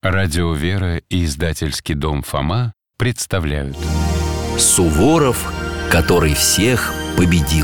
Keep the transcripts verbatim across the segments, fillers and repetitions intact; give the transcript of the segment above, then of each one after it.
Радио «Вера» и издательский дом «Фома» представляют Суворов, который всех победил.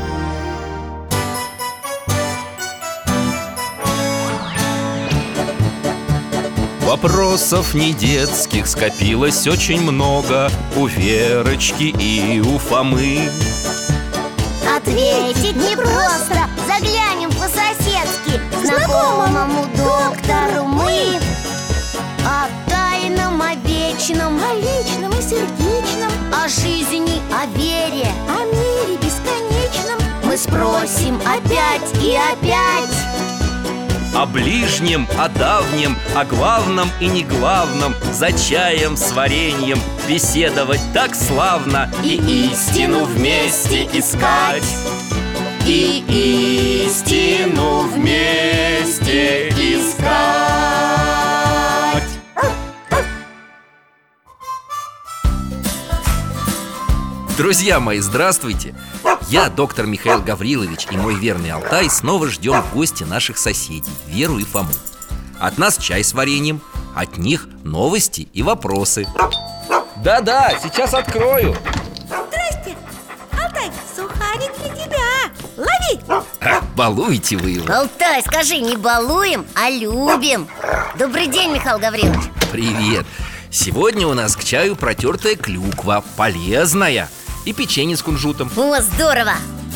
Вопросов не детских скопилось очень много у Верочки и у Фомы. Ответить непросто, заглянем по-соседски знакомому доктору мы. О тайном, о вечном, о личном и сердечном, о жизни, о вере, о мире бесконечном мы спросим опять и опять. О ближнем, о давнем, о главном и неглавном, за чаем с вареньем беседовать так славно. И истину вместе искать, и истину вместе искать. Друзья мои, здравствуйте! Я, доктор Михаил Гаврилович, и мой верный Алтай снова ждем в гости наших соседей, Веру и Фому. От нас чай с вареньем, от них новости и вопросы. Да-да, сейчас открою. Здрасте, Алтай, сухарик для тебя. Лови! А, балуете вы его. Алтай, скажи, не балуем, а любим. Добрый день, Михаил Гаврилович. Привет. Сегодня у нас к чаю протертая клюква, полезная, и печенье с кунжутом. О, здорово!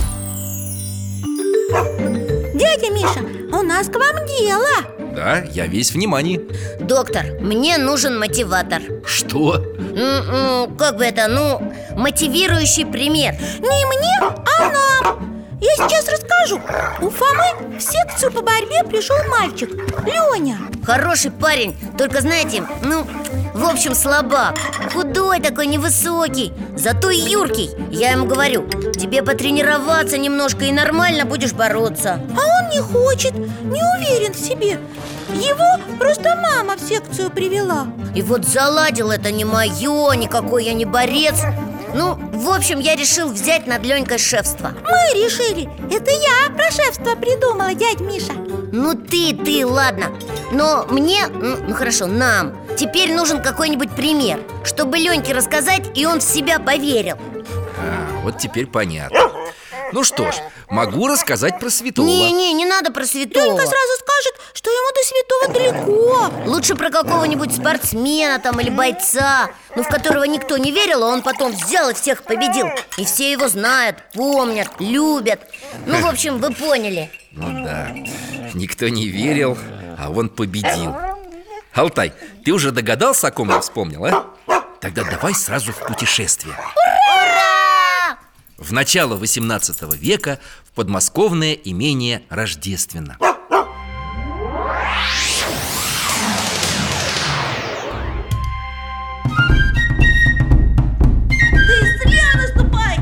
Дядя Миша, у нас к вам дело. Да, я весь внимание. Доктор, мне нужен мотиватор. Что? М-м, Как бы это, ну, мотивирующий пример. Не мне, а нам. Я сейчас расскажу. У Фомы в секцию по борьбе пришел мальчик, Леня. Хороший парень, только знаете, ну, в общем, слабак. Худой такой, невысокий, зато юркий. Я ему говорю, тебе потренироваться немножко и нормально будешь бороться. А он не хочет, не уверен в себе. Его просто мама в секцию привела. И вот заладил это не мое, никакой я не борец. Ну, в общем, я решил взять над Ленькой шефство. Мы решили. Это я про шефство придумала, дядь Миша. Ну ты, ты, ладно. Но мне, ну, ну хорошо, нам теперь нужен какой-нибудь пример, чтобы Леньке рассказать, и он в себя поверил. А, вот теперь понятно. Ну что ж, могу рассказать про святого. Не-не, не надо про святого. Ленька сразу скажет, что ему до святого далеко. Лучше про какого-нибудь спортсмена там или бойца, ну в которого никто не верил, а он потом взял и всех победил. И все его знают, помнят, любят. Ну, в общем, вы поняли. Ну да, никто не верил, а он победил. Алтай, ты уже догадался, о ком я вспомнил, а? Тогда давай сразу в путешествие. Ура! В начало восемнадцатого века в подмосковное имение Рождественно. Ты зря наступай.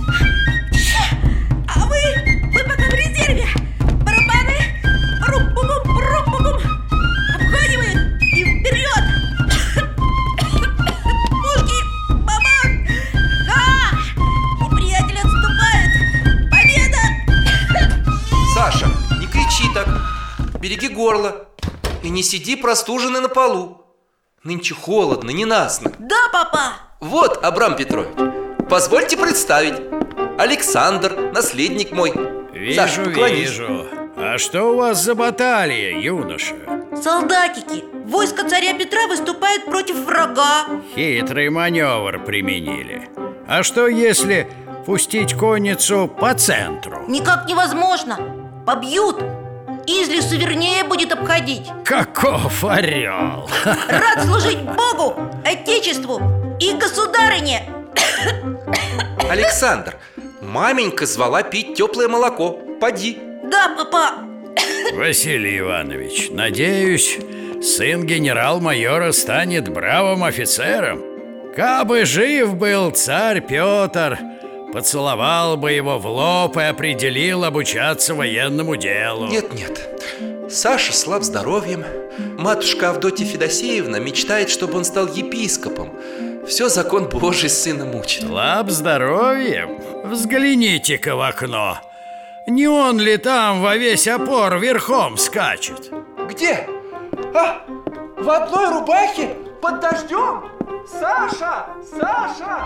А вы, вы пока в резерве. Барабаны, рум-бум-бум, рум-бум-бум. Обходим их и вперед. Пушки, бабах. Ха! Неприятель отступает. Победа! Саша, не кричи так. Береги горло. И не сиди простуженный на полу. Нынче холодно, ненастно. Да, папа. Вот, Абрам Петрович, позвольте представить. Александр, наследник мой. Вижу, Саша, поклонись. вижу. А что у вас за баталия, юноша? Солдатики, войско царя Петра выступает против врага. Хитрый маневр применили. А что если пустить конницу по центру? Никак невозможно. Побьют. Из лесу вернее будет обходить. Каков орел! Рад служить Богу, Отечеству и государыне. Александр, маменька звала пить теплое молоко. Поди. Да, папа. Василий Иванович, надеюсь, сын генерал-майора станет бравым офицером. Кабы жив был царь Петр, поцеловал бы его в лоб и определил обучаться военному делу. Нет-нет, Саша слаб здоровьем. Матушка Авдотья Федосеевна мечтает, чтобы он стал епископом. Все закон Божий сына мучит. Слаб здоровьем? Взгляните-ка в окно. Не он ли там во весь опор верхом скачет? Где? А, в одной рубахе под дождем? Саша! Саша!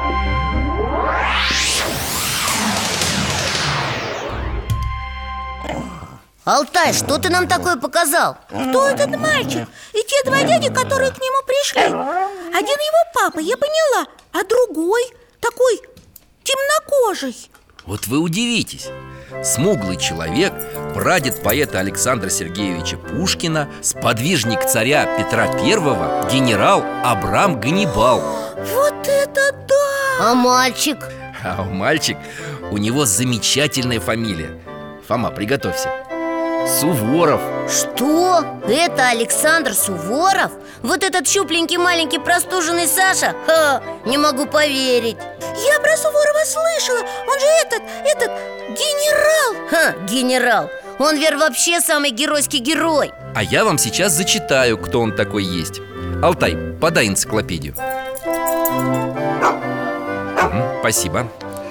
Алтай, что ты нам такое показал? Кто этот мальчик? И те два дяди, которые к нему пришли. Один его папа, я поняла, а другой такой темнокожий. Вот вы удивитесь. Смуглый человек, прадед поэта Александра Сергеевича Пушкина, сподвижник царя Петра Первого, генерал Абрам Ганнибал. Вот это да! А мальчик? А мальчик, у него замечательная фамилия. Фома, приготовься. Суворов. Что? Это Александр Суворов? Вот этот щупленький маленький простуженный Саша? Ха, не могу поверить. Я про Суворова слышала. Он же этот, этот генерал. Ха, генерал. Он, Вер, вообще самый геройский герой. А я вам сейчас зачитаю, кто он такой есть. Алтай, подай энциклопедию. Угу, спасибо.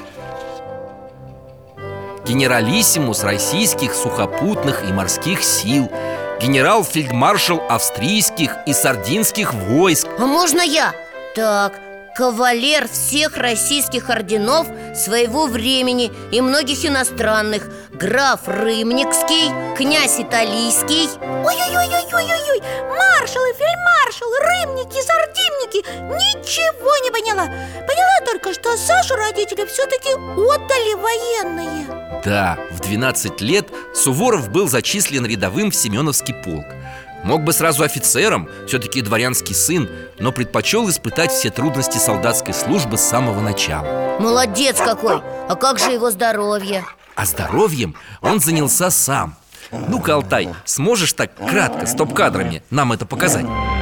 Генералиссимус российских сухопутных и морских сил, генерал-фельдмаршал австрийских и сардинских войск. А можно я? Так, кавалер всех российских орденов своего времени и многих иностранных, граф Рымникский, князь Италийский. Ой-ой-ой-ой-ой-ой, маршалы, фельдмаршалы, рымники, сардинники. Ничего не поняла. Поняла только, что Сашу родители все-таки отдали военные. Да, в двенадцать лет Суворов был зачислен рядовым в Семеновский полк. Мог бы сразу офицером, все-таки дворянский сын, но предпочел испытать все трудности солдатской службы с самого начала. Молодец какой! А как же его здоровье? А здоровьем он занялся сам. Ну-ка, Алтай, сможешь так кратко, стоп-кадрами нам это показать?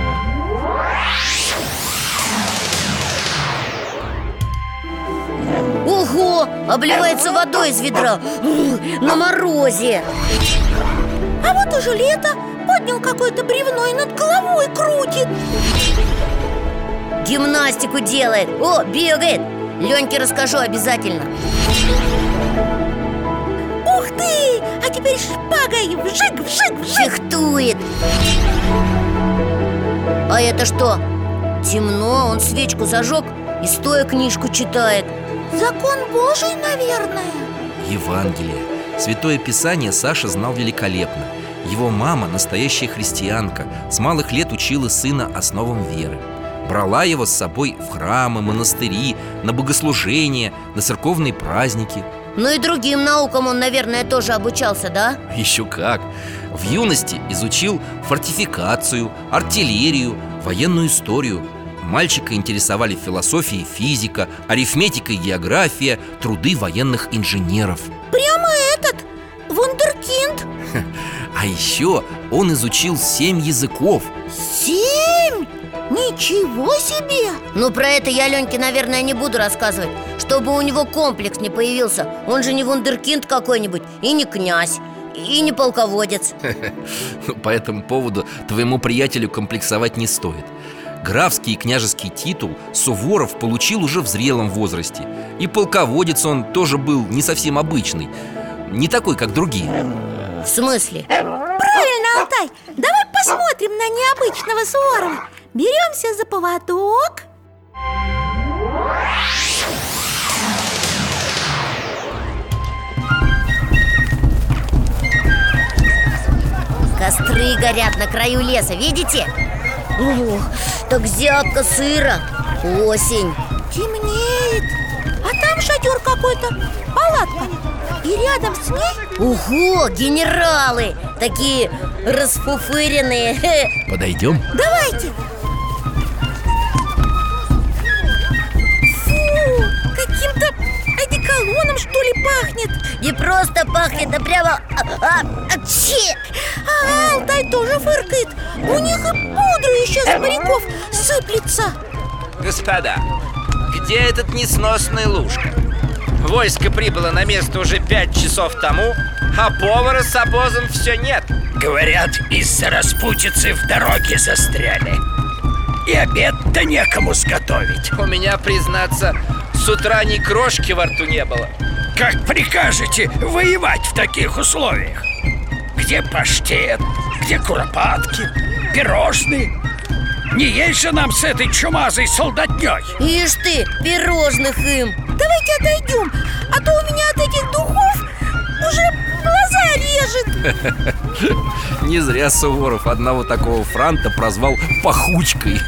Ого! Обливается водой из ведра на морозе. А вот уже лето. Поднял какое-то бревно и над головой крутит. Гимнастику делает. О, бегает. Леньке расскажу обязательно. Ух ты! А теперь шпагой вжик, вжик, вжик. Фехтует. А это что? Темно, он свечку зажег и стоя книжку читает. Закон Божий, наверное. Евангелие. Святое Писание Саша знал великолепно. Его мама, настоящая христианка, с малых лет учила сына основам веры. Брала его с собой в храмы, монастыри, на богослужения, на церковные праздники. Ну и другим наукам он, наверное, тоже обучался, да? Еще как! В юности изучил фортификацию, артиллерию, военную историю. Мальчика интересовали философия и физика, арифметика и география, труды военных инженеров. Прямо этот вундеркинд. А еще он изучил семь языков. Семь? Ничего себе! Ну, про это я Леньке, наверное, не буду рассказывать, чтобы у него комплекс не появился. Он же не вундеркинд какой-нибудь, и не князь, и не полководец. По этому поводу твоему приятелю комплексовать не стоит. Графский и княжеский титул Суворов получил уже в зрелом возрасте. И полководец он тоже был не совсем обычный, не такой, как другие. В смысле? Правильно, Алтай. Давай посмотрим на необычного Суворова. Беремся за поводок. Костры горят на краю леса, видите? Ох, так зябко, сыро. Осень. Темнеет. А там шатер какой-то, палатка. И рядом с ней... Ого, генералы! Такие расфуфыренные. Подойдем? Давайте. Фу, каким-то одеколоном, что ли, пахнет. Не просто пахнет, а прямо... А, а, чи! А Алтай тоже фыркает. У них и пудра еще с моряков сыплется. Господа, где этот несносный Лужка? Войско прибыло на место уже пять часов тому, а повара с обозом все нет. Говорят, из-за распутицы в дороге застряли. И обед-то некому сготовить. У меня, признаться, с утра ни крошки во рту не было. Как прикажете воевать в таких условиях? Где паштет, где куропатки, пирожные? Не есть же нам с этой чумазой солдатней. Ишь ты, пирожных им. Давайте отойдем, а то у меня от этих духов уже глаза режет. Не зря Суворов одного такого франта прозвал пахучкой.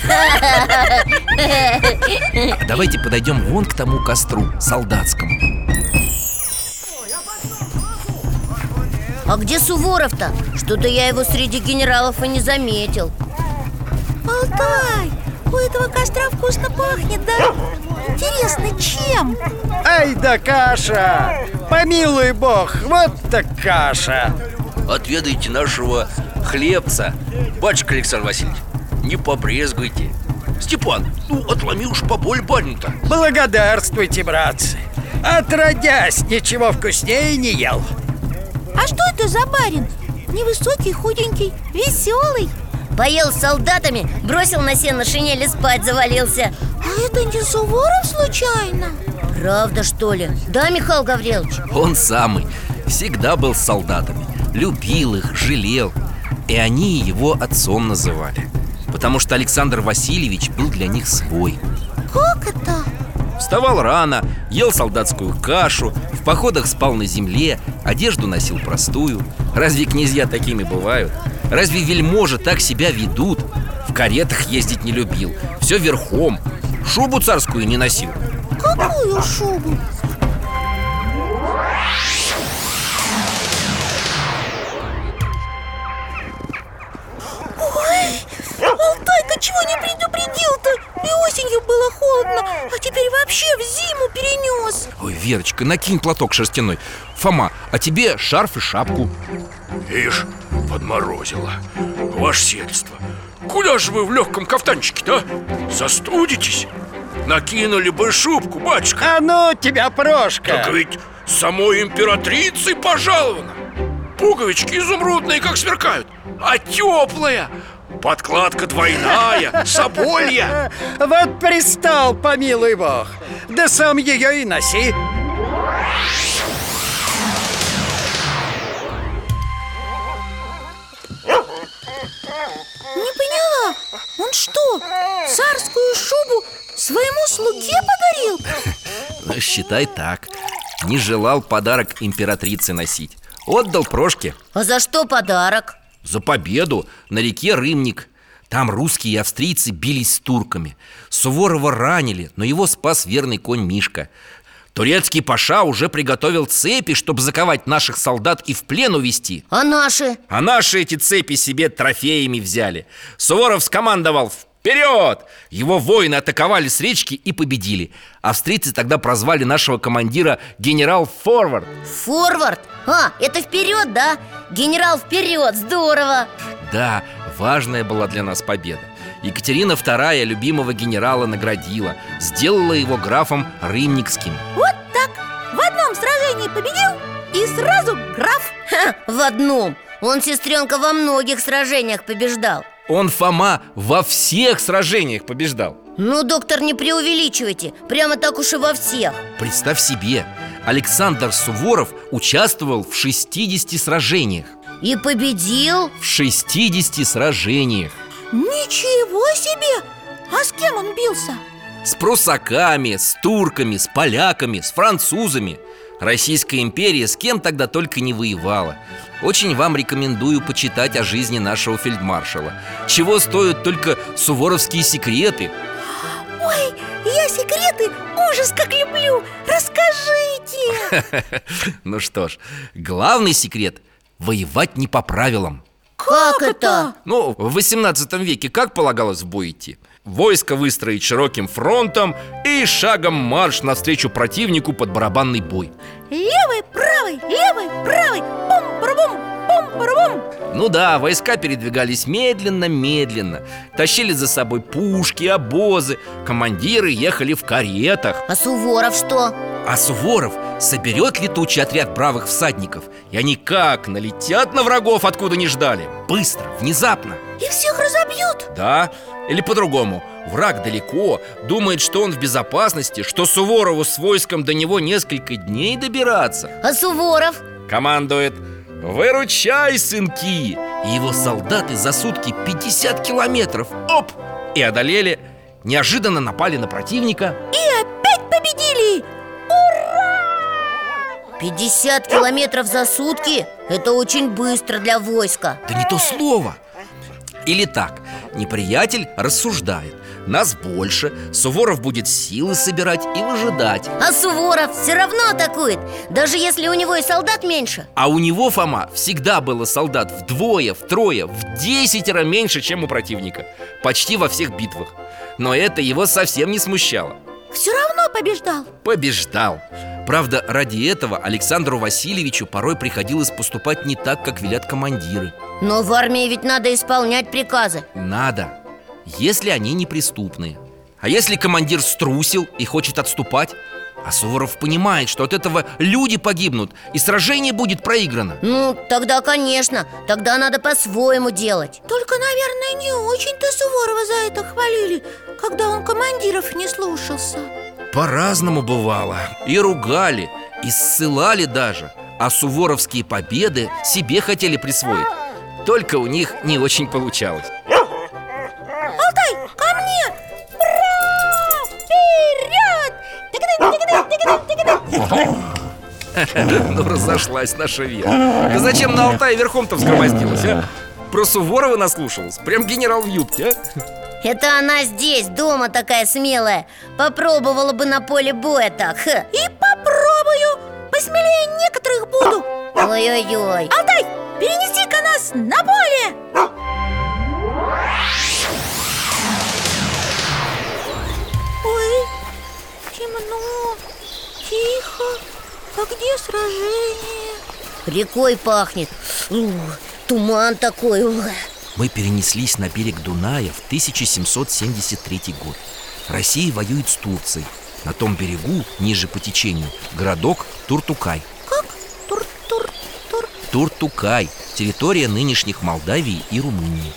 А давайте подойдем вон к тому костру солдатскому. А где Суворов-то? Что-то я его среди генералов и не заметил. Алтай, у этого костра вкусно пахнет, да? Интересно, чем? Ай да каша! Помилуй бог, вот так каша! Отведайте нашего хлебца, батюшка Александр Васильевич. Не побрезгуйте. Степан, ну отломи уж поболь барин-то. Благодарствуйте, братцы. Отродясь, ничего вкуснее не ел. А что это за барин? Невысокий, худенький, веселый. Поел с солдатами, бросил на сено шинель и спать завалился. А это не Суворов случайно? Правда, что ли? Да, Михаил Гаврилович? Он самый. Всегда был с солдатами. Любил их, жалел. И они его отцом называли. Потому что Александр Васильевич был для них свой. Как это? Вставал рано, ел солдатскую кашу, в походах спал на земле, одежду носил простую. Разве князья такими бывают? Разве вельможи так себя ведут? В каретах ездить не любил, все верхом. Шубу царскую не носил. Какую шубу? Ой, Алтайка чего не предупредил-то? И осенью было холодно, а теперь вообще в зиму перенес. Ой, Верочка, накинь платок шерстяной. Фома, а тебе шарф и шапку. Ишь, подморозило. Ваше сиятельство, куда же вы в легком кафтанчике-то? Застудитесь? Накинули бы шубку, батюшка. А ну тебя, Прошка! Так ведь самой императрицей пожаловано. Пуговички изумрудные, как сверкают, а теплая. Подкладка двойная, соболья. Вот пристал, помилуй бог. Да сам ее и носи. Не поняла, он что, царскую шубу своему слуге подарил? Ну, считай так. Не желал подарок императрице носить. Отдал Прошке. А за что подарок? За победу на реке Рымник. Там русские и австрийцы бились с турками. Суворова ранили, но его спас верный конь Мишка. Турецкий паша уже приготовил цепи, чтобы заковать наших солдат и в плен увести. А наши? А наши эти цепи себе трофеями взяли. Суворов скомандовал: вперед! Его воины атаковали с речки и победили. Австрийцы тогда прозвали нашего командира генерал Форвард. Форвард? А, это вперед, да? Генерал вперед, здорово! Да, важная была для нас победа. Екатерина вторая любимого генерала наградила, сделала его графом Рымникским. Вот так, в одном сражении победил и сразу граф. Ха, в одном. Он, сестренка, во многих сражениях побеждал. Он, Фома, во всех сражениях побеждал. Ну, доктор, не преувеличивайте. Прямо так уж и во всех. Представь себе, Александр Суворов участвовал в шестидесяти сражениях. И победил? В шестидесяти сражениях. Ничего себе! А с кем он бился? С прусаками, с турками, с поляками, с французами. Российская империя с кем тогда только не воевала. Очень вам рекомендую почитать о жизни нашего фельдмаршала. Чего стоят только суворовские секреты. Ой, я секреты ужас как люблю. Расскажите. Ну что ж, главный секрет – воевать не по правилам. Как это? Ну, в восемнадцатом веке как полагалось в бой идти? Войско выстроить широким фронтом и шагом марш навстречу противнику под барабанный бой. Левый, правый, левый, правый. Бум-барабум, бум-барабум. Ну да, войска передвигались медленно-медленно. Тащили за собой пушки, обозы. Командиры ехали в каретах. А Суворов что? А Суворов соберет летучий отряд бравых всадников, и они как налетят на врагов, откуда не ждали. Быстро, внезапно. И всех разобьют? Да, или по-другому. Враг далеко, думает, что он в безопасности, что Суворову с войском до него несколько дней добираться. А Суворов? Командует: выручай, сынки! И его солдаты за сутки пятьдесят километров, оп, и одолели. Неожиданно напали на противника. И опять победили! пятьдесят километров за сутки – это очень быстро для войска. Да не то слово. Или так, неприятель рассуждает: нас больше, Суворов будет силы собирать и выжидать. А Суворов все равно атакует, даже если у него и солдат меньше. А у него, Фома, всегда было солдат вдвое, втрое, в десятеро меньше, чем у противника. Почти во всех битвах. Но это его совсем не смущало. Все равно побеждал. Побеждал. Правда, ради этого Александру Васильевичу порой приходилось поступать не так, как велят командиры. Но в армии ведь надо исполнять приказы. Надо, если они неприступные. А если командир струсил и хочет отступать? А Суворов понимает, что от этого люди погибнут и сражение будет проиграно. Ну, тогда, конечно, тогда надо по-своему делать. Только, наверное, не очень-то Суворова за это хвалили, когда он командиров не слушался. По-разному бывало. И ругали, и ссылали даже. А суворовские победы себе хотели присвоить. Только у них не очень получалось. Алтай, ко мне! Ура! Вперед! Ну, разошлась наша Вера. Да зачем на Алтае верхом-то взгромоздилась, а? Про Суворова наслушалась. Прям генерал в юбке, а? Это она здесь, дома такая смелая. Попробовала бы на поле боя так. Ха. И попробую. Посмелее некоторых буду. Ой-ой-ой. Алтай, перенеси-ка нас на поле. Ой, темно, тихо. А где сражение? Рекой пахнет. Ух, туман такой. Ух. Мы перенеслись на берег Дуная в тысяча семьсот семьдесят третий год. Россия воюет с Турцией. На том берегу, ниже по течению, городок Туртукай. Как? Тур-тур-тур? Туртукай, территория нынешних Молдавии и Румынии.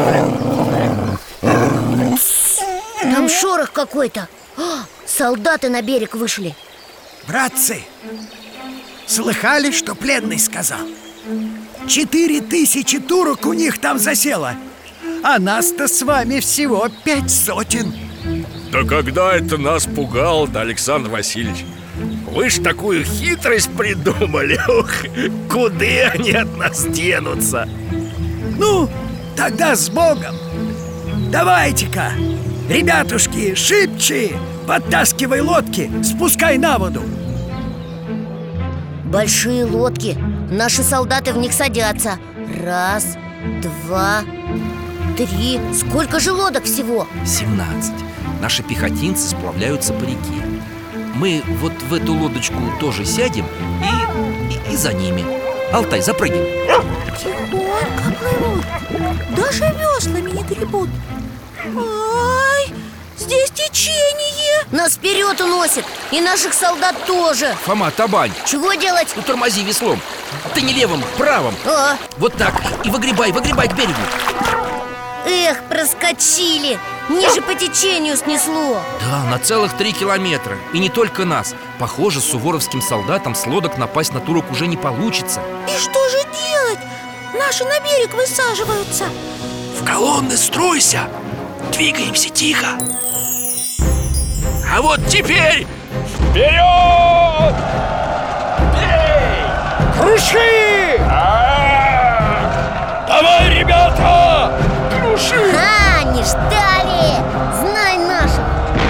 Там шорох какой-то. А, солдаты на берег вышли. Братцы, слыхали, что пленный сказал? Четыре тысячи турок у них там засело, а нас-то с вами всего пять сотен. Да когда это нас пугало-то, Александр Васильевич? Вы ж такую хитрость придумали. Ух, куда они от нас денутся? Ну, тогда с Богом. Давайте-ка, ребятушки, шибче, подтаскивай лодки, спускай на воду. Большие лодки. Наши солдаты в них садятся. Раз, два, три. Сколько же лодок всего? семнадцать. Наши пехотинцы сплавляются по реке. Мы вот в эту лодочку тоже сядем и, и, и за ними. Алтай, запрыгивай. Тихонько плывут. Даже веслами не гребут. Ай, здесь течение. Нас вперед уносит. И наших солдат тоже. Фома, табань. Чего делать? Ну, тормози веслом. Ты не левым, правым. А, Вот так. И выгребай, выгребай к берегу. эх, проскочили. Ниже по течению снесло. Да, на целых три километра. И не только нас. Похоже, суворовским солдатам с лодок напасть на турок уже не получится. И что же делать? Наши на берег высаживаются. В колонны стройся. Двигаемся тихо. А вот теперь вперед! Бей! Круши! Давай, ребята! Круши! А, не ждали. Знай наших.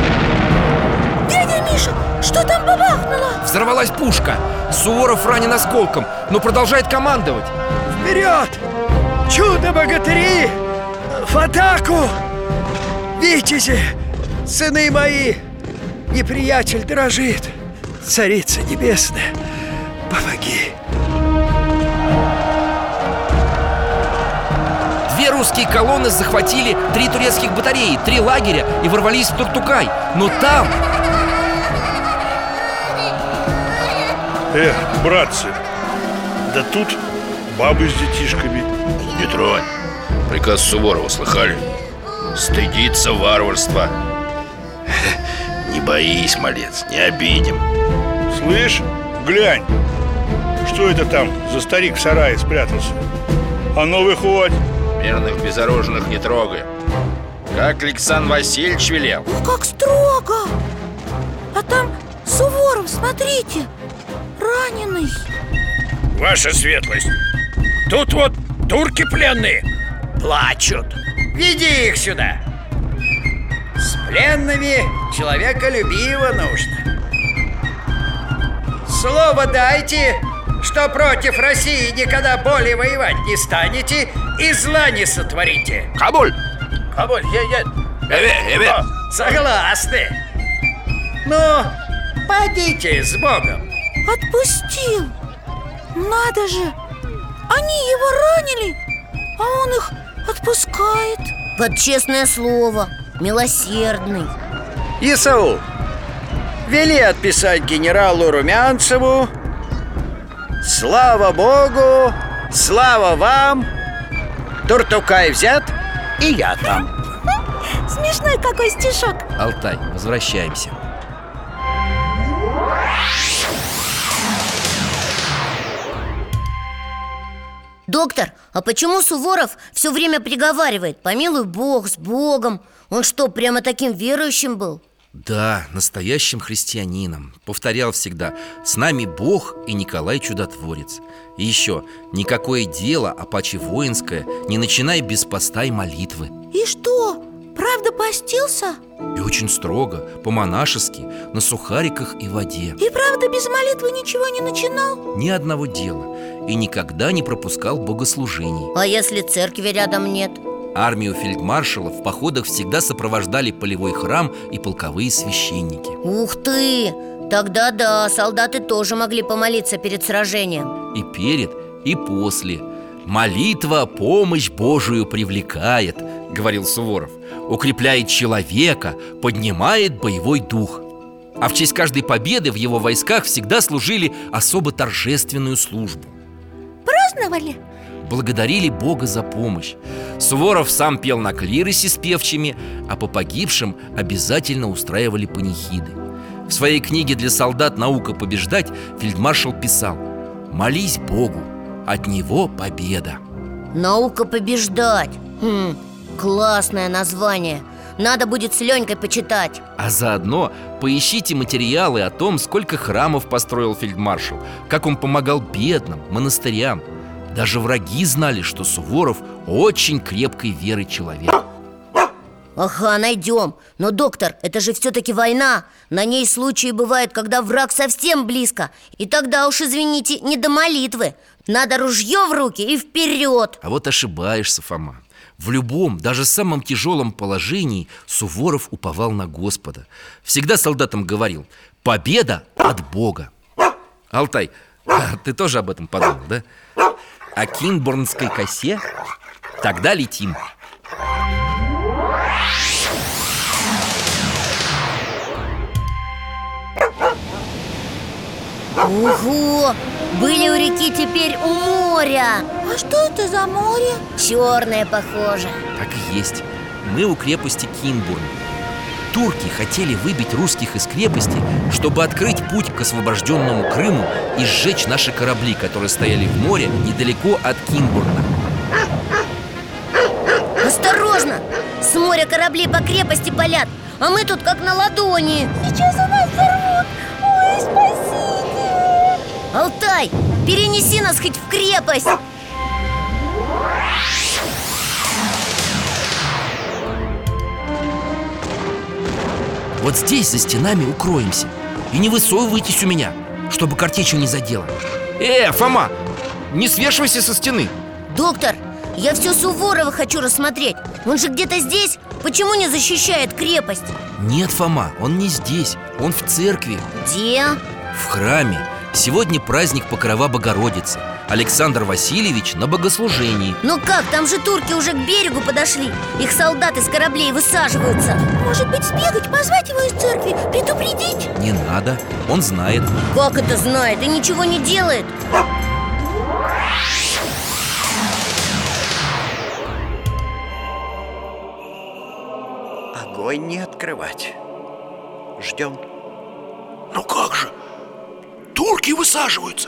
Дядя Миша, что там бабахнуло? Взорвалась пушка. Суворов ранен осколком, но продолжает командовать. Вперед! Чудо-богатыри! В атаку! Витязи, сыны мои! Неприятель дрожит. Царица небесная, помоги. Две русские колонны захватили три турецких батареи, три лагеря и ворвались в Туртукай. Но там... Эх, братцы, да тут бабы с детишками. Не тронь. Приказ Суворова слыхали? Стыдиться варварства. Не боись, малец, не обидим. Слышь, глянь, что это там за старик в сарае спрятался? А ну выходь. Мирных безоружных не трогай. как Александр Васильевич велел. Ну как строго. А там Суворов, смотрите, раненый. Ваша светлость, тут вот турки пленные плачут. Веди их сюда. С пленными человеколюбиво нужно. Слово дайте, что против России никогда более воевать не станете и зла не сотворите. Кабуль! Кабуль, я, я... Эве, эве. О, согласны. Ну, пойдите с Богом. Отпустил. Надо же. Они его ранили, а он их отпускает. Под честное слово, милосердный. Исаул, вели отписать генералу Румянцеву: слава Богу, слава вам, Туртукай взят, и я там. Смешной какой стишок. Алтай, возвращаемся. Доктор, а почему Суворов все время приговаривает: помилуй Бог, с Богом? Он что, прямо таким верующим был? Да, настоящим христианином. Повторял всегда: с нами Бог и Николай Чудотворец. И еще: никакое дело, а паче воинское, не начинай без поста и молитвы. И что, правда постился? И очень строго, по-монашески, на сухариках и воде. И правда без молитвы ничего не начинал? Ни одного дела. И никогда не пропускал богослужений. А если церкви рядом нет? Армию фельдмаршала в походах всегда сопровождали полевой храм и полковые священники. Ух ты! Тогда да, солдаты тоже могли помолиться перед сражением. И перед, и после. «Молитва помощь Божию привлекает», — говорил Суворов. «Укрепляет человека, поднимает боевой дух». А в честь каждой победы в его войсках всегда служили особо торжественную службу. Праздновали? Благодарили Бога за помощь. Суворов сам пел на клиросе с певчими, а по погибшим обязательно устраивали панихиды. В своей книге для солдат «Наука побеждать» фельдмаршал писал: «Молись Богу, от Него победа». «Наука побеждать». Хм, классное название. Надо будет с Ленькой почитать. А заодно поищите материалы о том, сколько храмов построил фельдмаршал, как он помогал бедным, монастырям. Даже враги знали, что Суворов очень крепкой веры человек. Ага, найдем. Но, доктор, это же все-таки война. На ней случаи бывают, когда враг совсем близко. И тогда уж, извините, не до молитвы. Надо ружье в руки и вперед. А вот ошибаешься, Фома. В любом, даже самом тяжелом положении Суворов уповал на Господа. Всегда солдатам говорил: победа от Бога. Алтай, ты тоже об этом подумал, да? О Кинбурнской косе? Тогда летим. Ого! Были у реки, теперь у моря. А что это за море? Черное, похоже. Так и есть. Мы у крепости Кинбурн. Турки хотели выбить русских из крепости, чтобы открыть путь к освобожденному Крыму и сжечь наши корабли, которые стояли в море недалеко от Кинбурна. Осторожно! С моря корабли по крепости палят, а мы тут как на ладони. Сейчас у нас взорвут. Ой, спасите! Алтай, перенеси нас хоть в крепость. Вот здесь, за стенами, укроемся. И не высовывайтесь у меня, чтобы картечью не задело. Э, Фома, не свешивайся со стены. Доктор, я все Суворова хочу рассмотреть. Он же где-то здесь. Почему не защищает крепость? Нет, Фома, он не здесь. Он в церкви. Где? В храме. Сегодня праздник Покрова Богородицы. Александр Васильевич на богослужении. Ну как, там же турки уже к берегу подошли. Их солдаты с кораблей высаживаются. Может быть, сбегать, позвать его из церкви, предупредить? Не надо, он знает. Как это знает и ничего не делает? Огонь не открывать. Ждем. Ну как же? Турки высаживаются.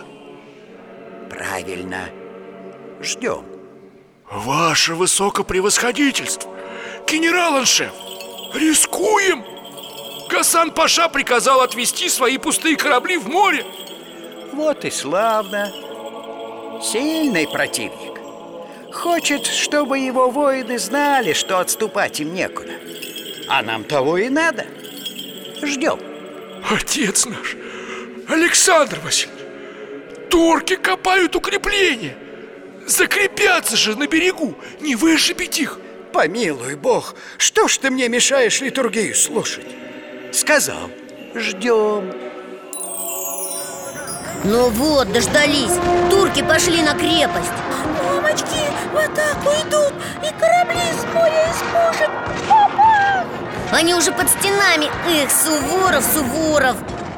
Правильно. Ждем. Ваше высокопревосходительство, генерал-аншеф, рискуем. Гасан-паша приказал отвести свои пустые корабли в море. Вот и славно. Сильный противник. Хочет, чтобы его воины знали, что отступать им некуда. А нам того и надо. Ждем. Отец наш, Александр Васильевич, турки копают укрепления. Закрепятся же на берегу, не вышибить их. Помилуй Бог, что ж ты мне мешаешь литургию слушать? Сказал, ждем. Ну вот, дождались. Турки пошли на крепость. Мамочки, в атаку идут, и корабли с моря испушат. Папа! Они уже под стенами. Эх, Суворов, Суворов.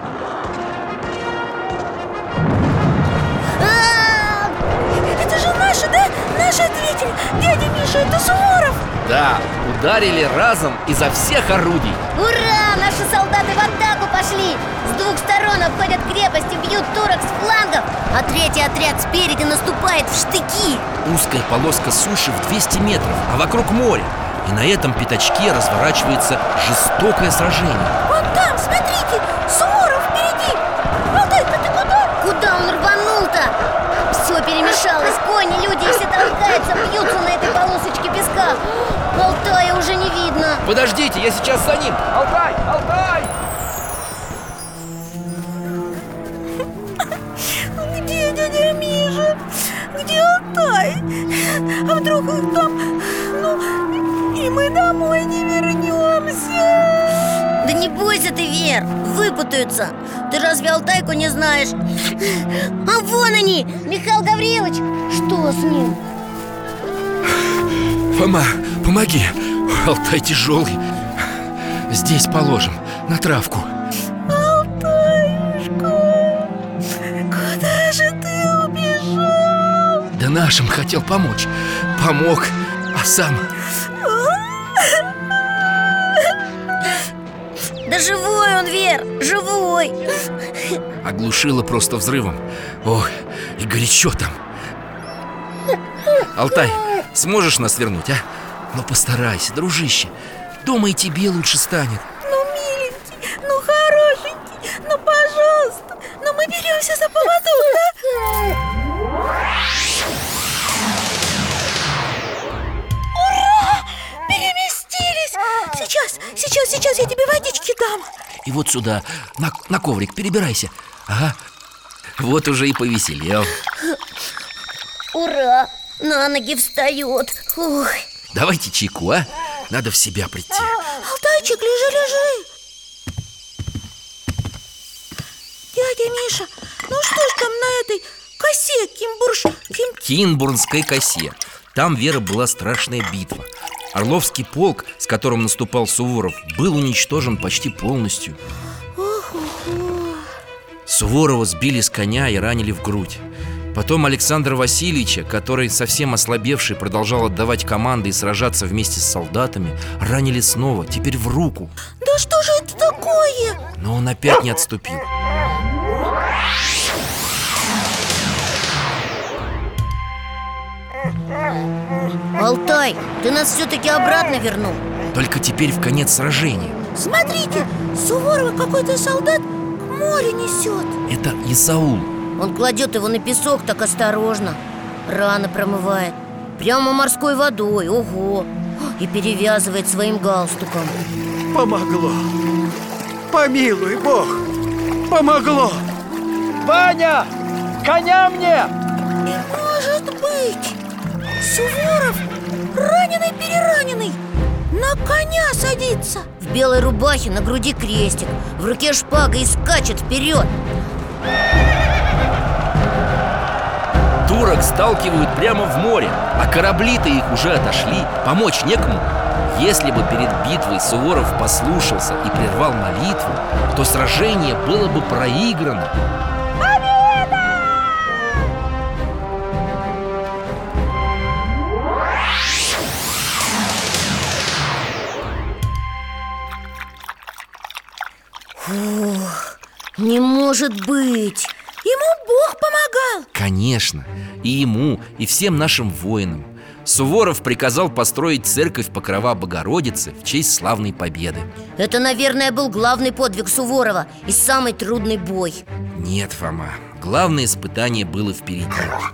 А-а-а! Это же наши, да? Наши ответили. Дядя Миша, это Суворов. Да, ударили разом изо всех орудий. Ура! Наши солдаты в атаку пошли. С двух сторон обходят крепость и бьют турок с флангов, а третий отряд спереди наступает в штыки. Узкая полоска суши в двести метров, а вокруг море. И на этом пятачке разворачивается жестокое сражение. Вон там, смотрите, Суворов впереди. Алтай-ка, ты куда? Куда он рванул-то? Все перемешалось, кони, люди все толкаются, бьются на этой полосочке песка. Алтая уже не видно. Подождите, я сейчас за ним. Алтай, Алтай! Где дядя Миша? Где Алтай? А вдруг их там... Ну, и мы домой не вернемся? Да не бойся ты, Вер, выпутаются. Ты разве Алтайку не знаешь? А вон они, Михаил Гаврилович. Что с ним? Фома, помоги. Алтай тяжелый. Здесь положим, на травку. Алтаюшка, куда же ты убежал? Да нашим хотел помочь. Помог, а сам... Да живой он, Вер, живой. Оглушило просто взрывом. Ох, и горячо там. Алтай, сможешь нас вернуть, а? Ну постарайся, дружище. Дома и тебе лучше станет. Ну, миленький, ну, хорошенький, ну, пожалуйста. Ну, мы беремся за поводок, да? Ура! Переместились! Сейчас, сейчас, сейчас я тебе водички дам. И вот сюда, на, на коврик, перебирайся. Ага. Вот уже и повеселел. Ура! На ноги встает. Ух. Давайте чайку, а? Надо в себя прийти. Алтайчик, лежи, лежи. Дядя Миша, ну что ж там на этой косе Кимбурш... Ким... Кинбурнской косе. Там, Вера, была страшная битва. Орловский полк, с которым наступал Суворов, был уничтожен почти полностью. Ох-ох-ох. Суворова сбили с коня и ранили в грудь. Потом Александра Васильевича, который, совсем ослабевший, продолжал отдавать команды и сражаться вместе с солдатами, ранили снова, теперь в руку. Да что же это такое? Но он опять не отступил. Алтай, ты нас все-таки обратно вернул. Только теперь в конец сражения. Смотрите, Суворова какой-то солдат к морю несет. Это Исаул. Он кладет его на песок так осторожно. Раны промывает прямо морской водой, ого. И перевязывает своим галстуком. Помогло. Помилуй Бог, помогло. Ваня, коня мне! Не может быть! Суворов, раненый-перераненный, на коня садится. В белой рубахе, на груди крестик, в руке шпага и скачет вперед. Турок сталкивают прямо в море, а корабли-то их уже отошли, помочь некому. Если бы перед битвой Суворов послушался и прервал молитву, то сражение было бы проиграно. Фух, не может быть. Ему Бог помогал. Конечно, и ему, и всем нашим воинам. Суворов приказал построить церковь Покрова Богородицы в честь славной победы. Это, наверное, был главный подвиг Суворова и самый трудный бой. Нет, Фома, главное испытание было впереди.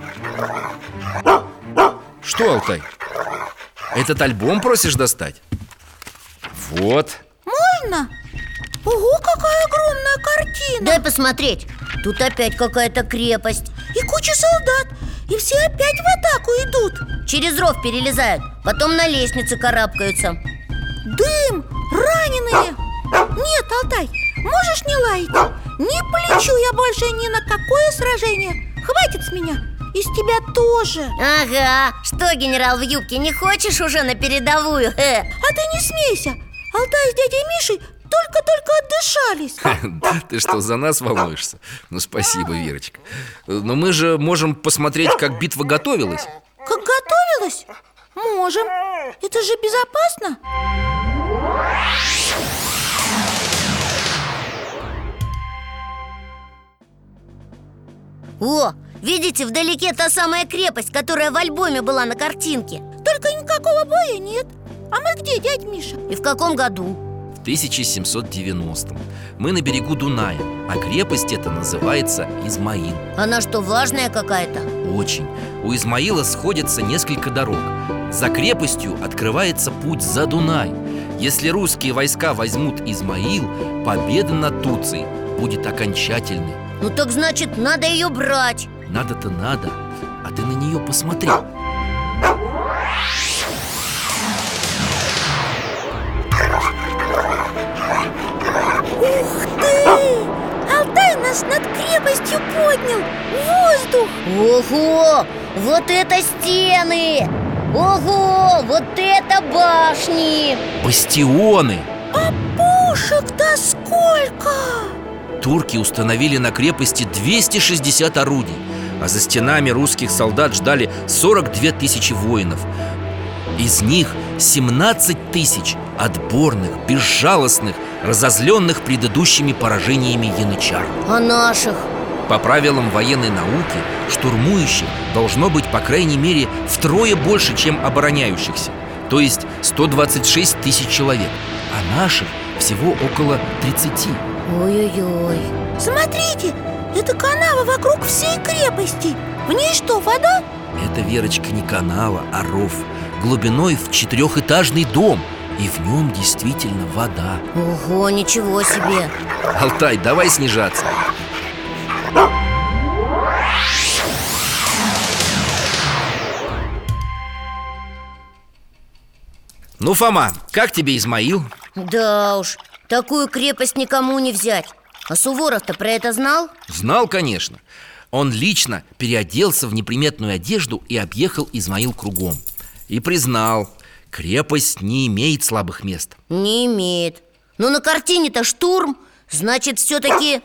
Что, Алтай? Этот альбом просишь достать? Вот. Можно? Ого, какая огромная картина! Дай посмотреть. Тут опять какая-то крепость. И куча солдат. И все опять в атаку идут. Через ров перелезают, потом на лестнице карабкаются. Дым! Раненые! Нет, Алтай, можешь не лаять. Не полечу я больше ни на какое сражение. Хватит с меня. И с тебя тоже. Ага, что, генерал в юбке, не хочешь уже на передовую? Э. А ты не смейся. Алтай с дядей Мишей только-только отдышались. Да ты что, за нас волнуешься? Ну, спасибо, Верочка. Но мы же можем посмотреть, как битва готовилась. Как готовилась? Можем. Это же безопасно. О, видите, вдалеке та самая крепость, которая в альбоме была на картинке. Только никакого боя нет. А мы где, дядь Миша? И в каком году? В тысяча семьсот девяностом. Мы на берегу Дуная, а крепость эта называется Измаил. Она что, важная какая-то? Очень. У Измаила сходятся несколько дорог. За крепостью открывается путь за Дунай. Если русские войска возьмут Измаил, победа над Турцией будет окончательной. Ну так значит, надо ее брать. Надо-то надо, а ты на нее посмотри. Ух ты! Алтай нас над крепостью поднял! Воздух! Ого! Вот это стены! Ого! Вот это башни! Бастионы! А пушек-то сколько! Турки установили на крепости двести шестьдесят орудий, а за стенами русских солдат ждали сорок две тысячи воинов. Из них семнадцать тысяч отборных, безжалостных, разозленных предыдущими поражениями янычар. А наших? По правилам военной науки, штурмующих должно быть по крайней мере втрое больше, чем обороняющихся, то есть сто двадцать шесть тысяч человек, а наших всего около тридцати. Ой-ой-ой. Смотрите, это канава вокруг всей крепости. В ней что, вода? Это, Верочка, не канава, а ров, глубиной в четырехэтажный дом. И в нем действительно вода. Ого, ничего себе. Алтай, давай снижаться. Ну, Фома, как тебе Измаил? Да уж, такую крепость никому не взять. А Суворов-то про это знал? Знал, конечно. Он лично переоделся в неприметную одежду и объехал Измаил кругом. И признал, крепость не имеет слабых мест. Не имеет. Но на картине-то штурм. Значит, все-таки...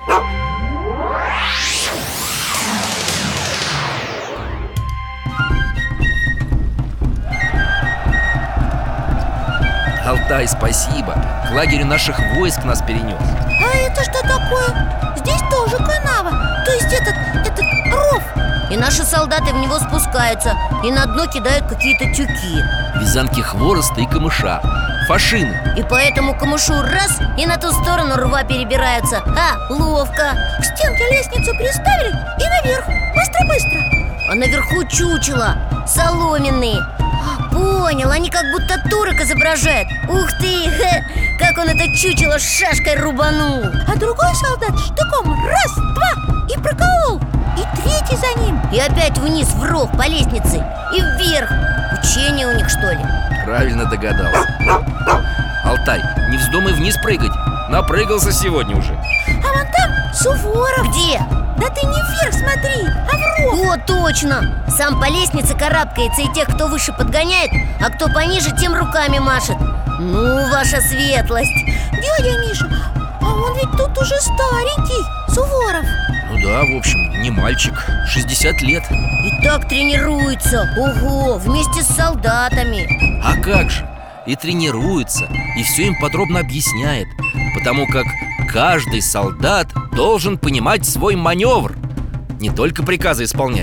Алтай, спасибо. К лагерю наших войск нас перенес. А это что такое? Здесь тоже канава. То есть этот, этот ров. И наши солдаты в него спускаются и на дно кидают какие-то тюки. Вязанки хвороста и камыша. Фашины. И по этому камышу раз и на ту сторону рва перебираются. А, ловко. К стенке лестницу приставили и наверх. Быстро-быстро. А наверху чучело соломенные. Понял, они как будто турок изображают. Ух ты, хе, как он это чучело шашкой рубанул. А другой солдат штыком раз, два и проколол. И третий за ним. И опять вниз в ров по лестнице. И вверх. Учение у них, что ли? Правильно догадался. Алтай, не вздумай вниз прыгать. Напрыгался сегодня уже. А вон там Суворов. Где? Да ты не вверх смотри, а в ров. О, точно! Сам по лестнице карабкается и тех, кто выше, подгоняет, а кто пониже, тем руками машет. Ну, ваша светлость. Дядя Миша, а он ведь тут уже старенький, Суворов. Ну да, в общем, не мальчик, шестьдесят лет. И так тренируется, ого, вместе с солдатами. А как же, и тренируется, и все им подробно объясняет. Потому как каждый солдат должен понимать свой маневр. Не только приказы исполнять,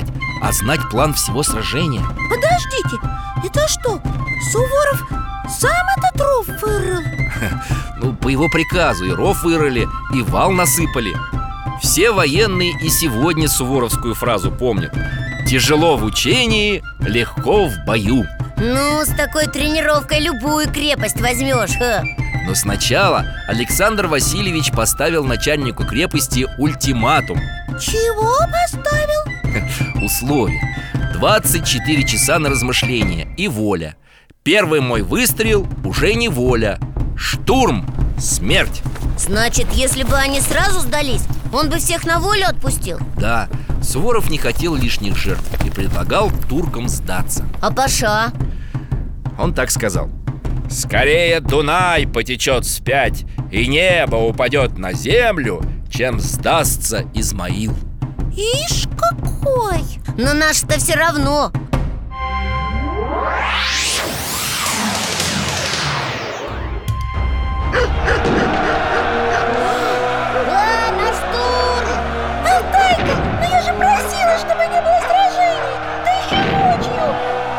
а знать план всего сражения. Подождите, это что, Суворов сам этот ров вырыл? Ну, по его приказу и ров вырыли, и вал насыпали. Все военные и сегодня суворовскую фразу помнят: «Тяжело в учении, легко в бою». Ну, с такой тренировкой любую крепость возьмешь, ха. Но сначала Александр Васильевич поставил начальнику крепости ультиматум. Чего поставил? Условие: двадцать четыре часа на размышление и воля. Первый мой выстрел уже не воля. Штурм, смерть. Значит, если бы они сразу сдались, он бы всех на волю отпустил? Да, Суворов не хотел лишних жертв и предлагал туркам сдаться. А Паша? Он так сказал: «Скорее Дунай потечет вспять, и небо упадет на землю, чем сдастся Измаил». Ишь какой! Но наш-то все равно. А, наш штурм! Алтайка, ну я же просила, чтобы не было сражений. Да еще ночью.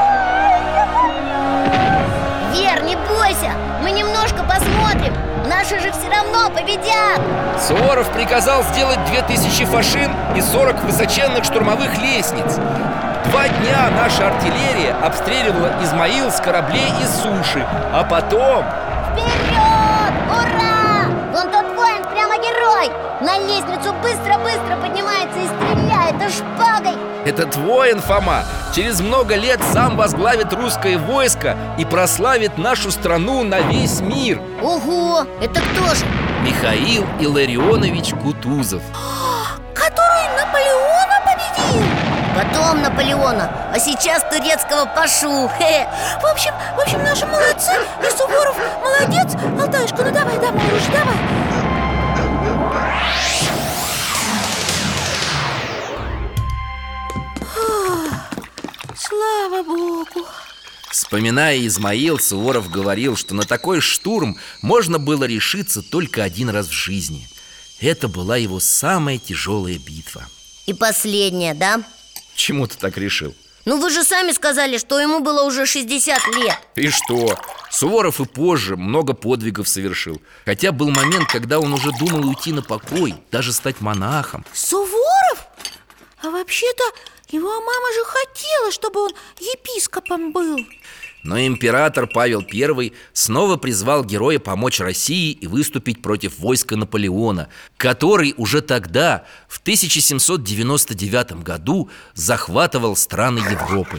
Вер, не бойся, мы немножко посмотрим. Наши же все равно победят. Суворов приказал сделать две тысячи фашин и сорок высоченных штурмовых лестниц. Два дня наша артиллерия обстреливала Измаил с кораблей и с суши. А потом... Вперед! Ура! Вон тот воин прямо герой. На лестницу быстро-быстро поднимается и стреляет и шпагой. Этот воин, Фома, через много лет сам возглавит русское войско и прославит нашу страну на весь мир. Ого! Это кто же? Михаил Илларионович Кутузов. Который Наполеона победил? Потом Наполеона, а сейчас турецкого Пашу. Хе. В общем, в общем, наши молодцы. И Суворов молодец. Алтаюшка, ну давай, давай, уж давай. Слава Богу. Вспоминая Измаил, Суворов говорил, что на такой штурм можно было решиться только один раз в жизни. Это была его самая тяжелая битва. И последняя, да? Почему ты так решил? Ну вы же сами сказали, что ему было уже шестьдесят лет. И что? Суворов и позже много подвигов совершил. Хотя был момент, когда он уже думал уйти на покой, даже стать монахом. Суворов? А вообще-то его мама же хотела, чтобы он епископом был. Но император Павел Первый снова призвал героя помочь России и выступить против войска Наполеона, который уже тогда, в тысяча семьсот девяносто девятом году, захватывал страны Европы.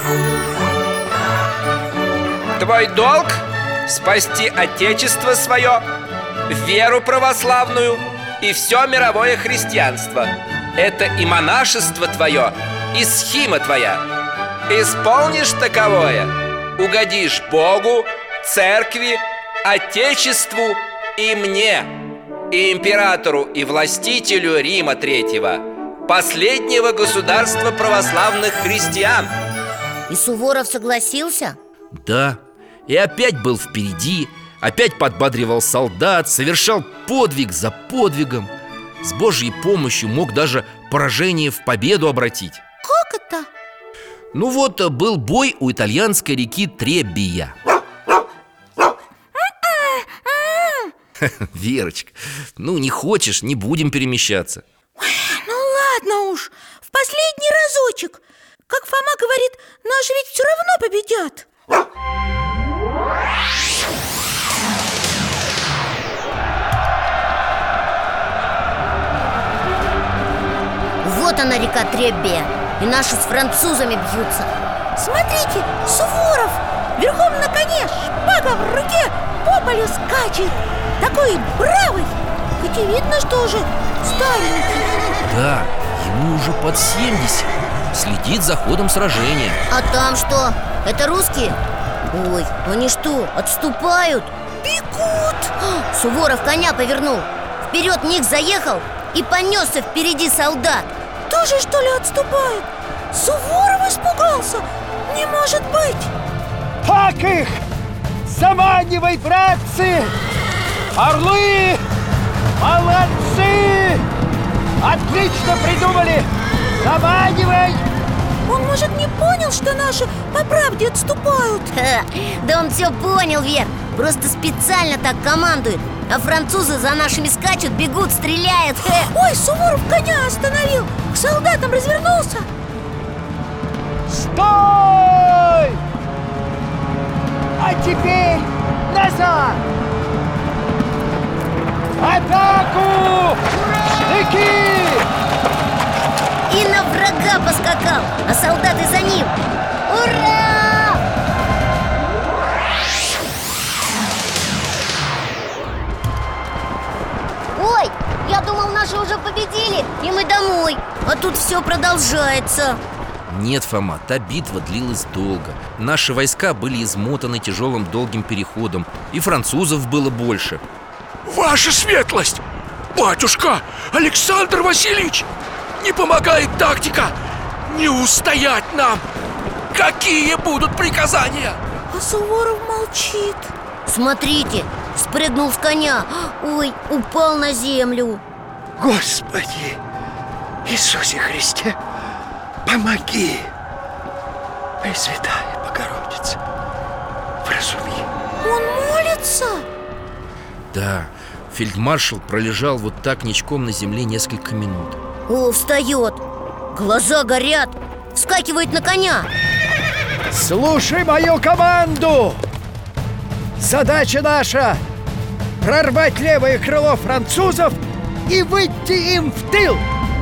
Твой долг – спасти отечество свое, веру православную и все мировое христианство. Это и монашество твое, и схима твоя. Исполнишь таковое – угодишь Богу, церкви, Отечеству и мне, и императору и властителю Рима Третьего, последнего государства православных христиан. И Суворов согласился? Да, и опять был впереди, опять подбадривал солдат, совершал подвиг за подвигом. С Божьей помощью мог даже поражение в победу обратить. Как это? Ну вот, был бой у итальянской реки Треббия. Верочка, ну не хочешь, не будем перемещаться. Ну ладно уж, в последний разочек. Как Фома говорит, наши ведь все равно победят. Вот она, река Треббия. И наши с французами бьются. Смотрите, Суворов верхом на коне, шпага в руке, по полю скачет. Такой бравый. Хоть и видно, что уже старенький. Да, ему уже под семьдесят. Следит за ходом сражения. А там что? Это русские? Ой, они что, отступают? Бегут. Суворов коня повернул, вперед них заехал и понесся впереди солдат. Тоже, что ли, отступают? Суворов испугался? Не может быть! Так их! Заманивай, братцы! Орлы! Молодцы! Отлично придумали! Заманивай! Он, может, не понял, что наши по правде отступают? Ха, да он все понял, Вер. Просто специально так командует. А французы за нашими скачут, бегут, стреляют. Ой, Суворов коня остановил. К солдатам развернулся. Стой! А теперь назад! Атаку! Штыки! И на врага поскакал, а солдаты за ним. Ура! Ой, я думал, наши уже победили, и мы домой. А тут все продолжается. Нет, Фома, та битва длилась долго. Наши войска были измотаны тяжелым долгим переходом, и французов было больше. Ваша светлость! Батюшка Александр Васильевич! Не помогает тактика! Не устоять нам! Какие будут приказания? А Суворов молчит. Смотрите, спрыгнул с коня. Ой, упал на землю. Господи Иисусе Христе, помоги! Пресвятая Богородица, вразуми. Он молится? Да, фельдмаршал пролежал вот так ничком на земле несколько минут. О, встает, глаза горят, вскакивает на коня. Слушай мою команду! Задача наша — прорвать левое крыло французов и выйти им в тыл.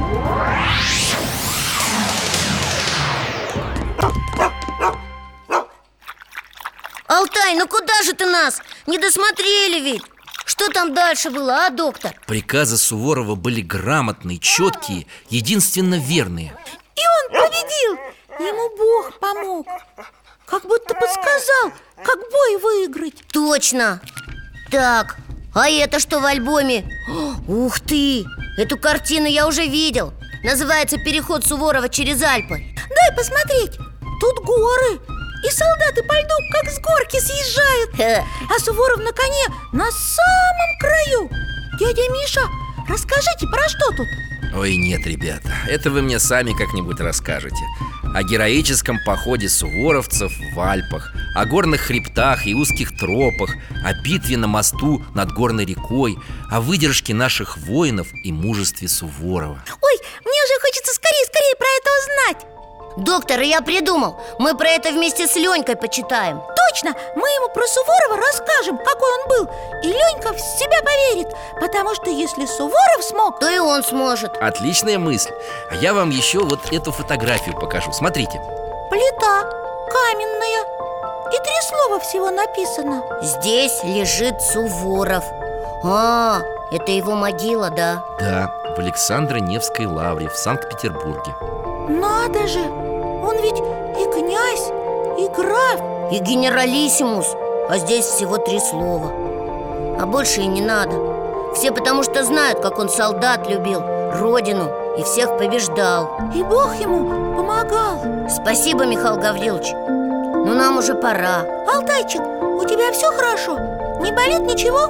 Алтай, ну куда же ты нас? Не досмотрели ведь. Что там дальше было, а, доктор? Приказы Суворова были грамотные, четкие, единственно верные. И он победил. Ему Бог помог. Как будто подсказал, как бой выиграть. Точно. Так, а это что в альбоме? Ух ты, эту картину я уже видел. Называется «Переход Суворова через Альпы». Дай посмотреть. Тут горы, и солдаты по льду как с горки съезжают. А Суворов на коне на самом краю. Дядя Миша, расскажите, про что тут? Ой, нет, ребята, это вы мне сами как-нибудь расскажете. О героическом походе суворовцев в Альпах, о горных хребтах и узких тропах, о битве на мосту над горной рекой, о выдержке наших воинов и мужестве Суворова. Ой, мне уже хочется скорее-скорее про это узнать. Доктор, я придумал. Мы про это вместе с Ленькой почитаем. Точно, мы ему про Суворова расскажем, какой он был. И Ленька в себя поверит. Потому что если Суворов смог, то и он сможет. Отличная мысль. А я вам еще вот эту фотографию покажу. Смотрите. Плита каменная. И три слова всего написано. Здесь лежит Суворов. А, это его могила, да? Да, в Александро-Невской лавре в Санкт-Петербурге. Надо же! Он ведь и князь, и граф, и генералиссимус. А здесь всего три слова. А больше и не надо. Все потому что знают, как он солдат любил, родину и всех побеждал. И Бог ему помогал. Спасибо, Михаил Гаврилович. Но нам уже пора. Алтайчик, у тебя все хорошо? Не болит ничего?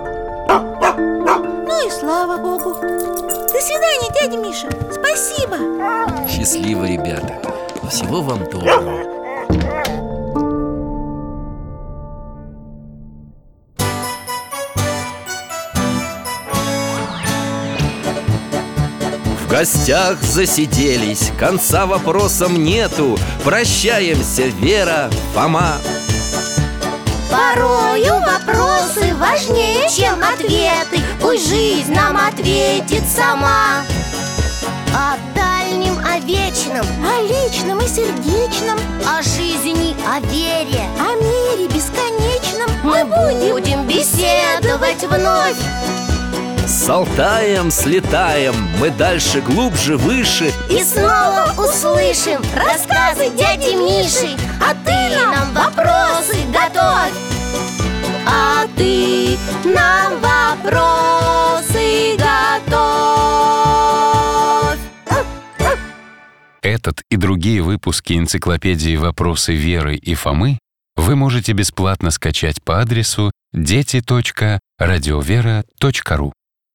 Ну и слава Богу. До свидания, дядя Миша. Спасибо. Счастливо, ребята. Всего вам доброго. В гостях засиделись, конца вопросам нету. Прощаемся, Вера, Фома. Порою вопросы важнее, чем ответы. Пусть жизнь нам ответит сама. О дальнем, о вечном, о личном и сердечном, о жизни, о вере, о мире бесконечном мы будем беседовать вновь. С Алтаем слетаем, мы дальше, глубже, выше. И снова услышим рассказы дяди Миши. А ты нам вопросы готовь. А ты нам вопросы готовь. Этот и другие выпуски энциклопедии «Вопросы Веры и Фомы» вы можете бесплатно скачать по адресу дети точка радиовера точка ру.